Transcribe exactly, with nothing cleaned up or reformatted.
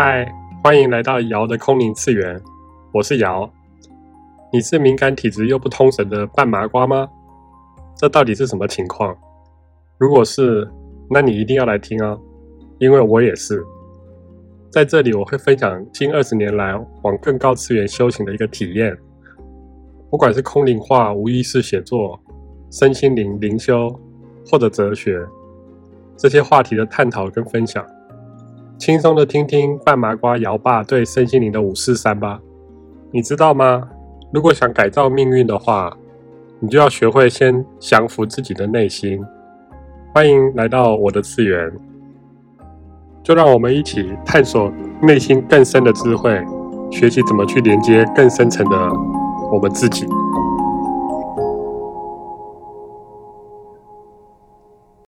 嗨，欢迎来到瑶的空灵次元，我是瑶。你是敏感体质又不通神的半麻瓜吗？这到底是什么情况？如果是，那你一定要来听哦，因为我也是。在这里我会分享近二十年来往更高次元修行的一个体验，不管是空灵化、无意识写作、身心灵、灵修或者哲学，这些话题的探讨跟分享，轻松的听听半麻瓜摇爸对身心灵的五四三吧。你知道吗？如果想改造命运的话，你就要学会先降服自己的内心。欢迎来到我的次元，就让我们一起探索内心更深的智慧，学习怎么去连接更深层的我们自己。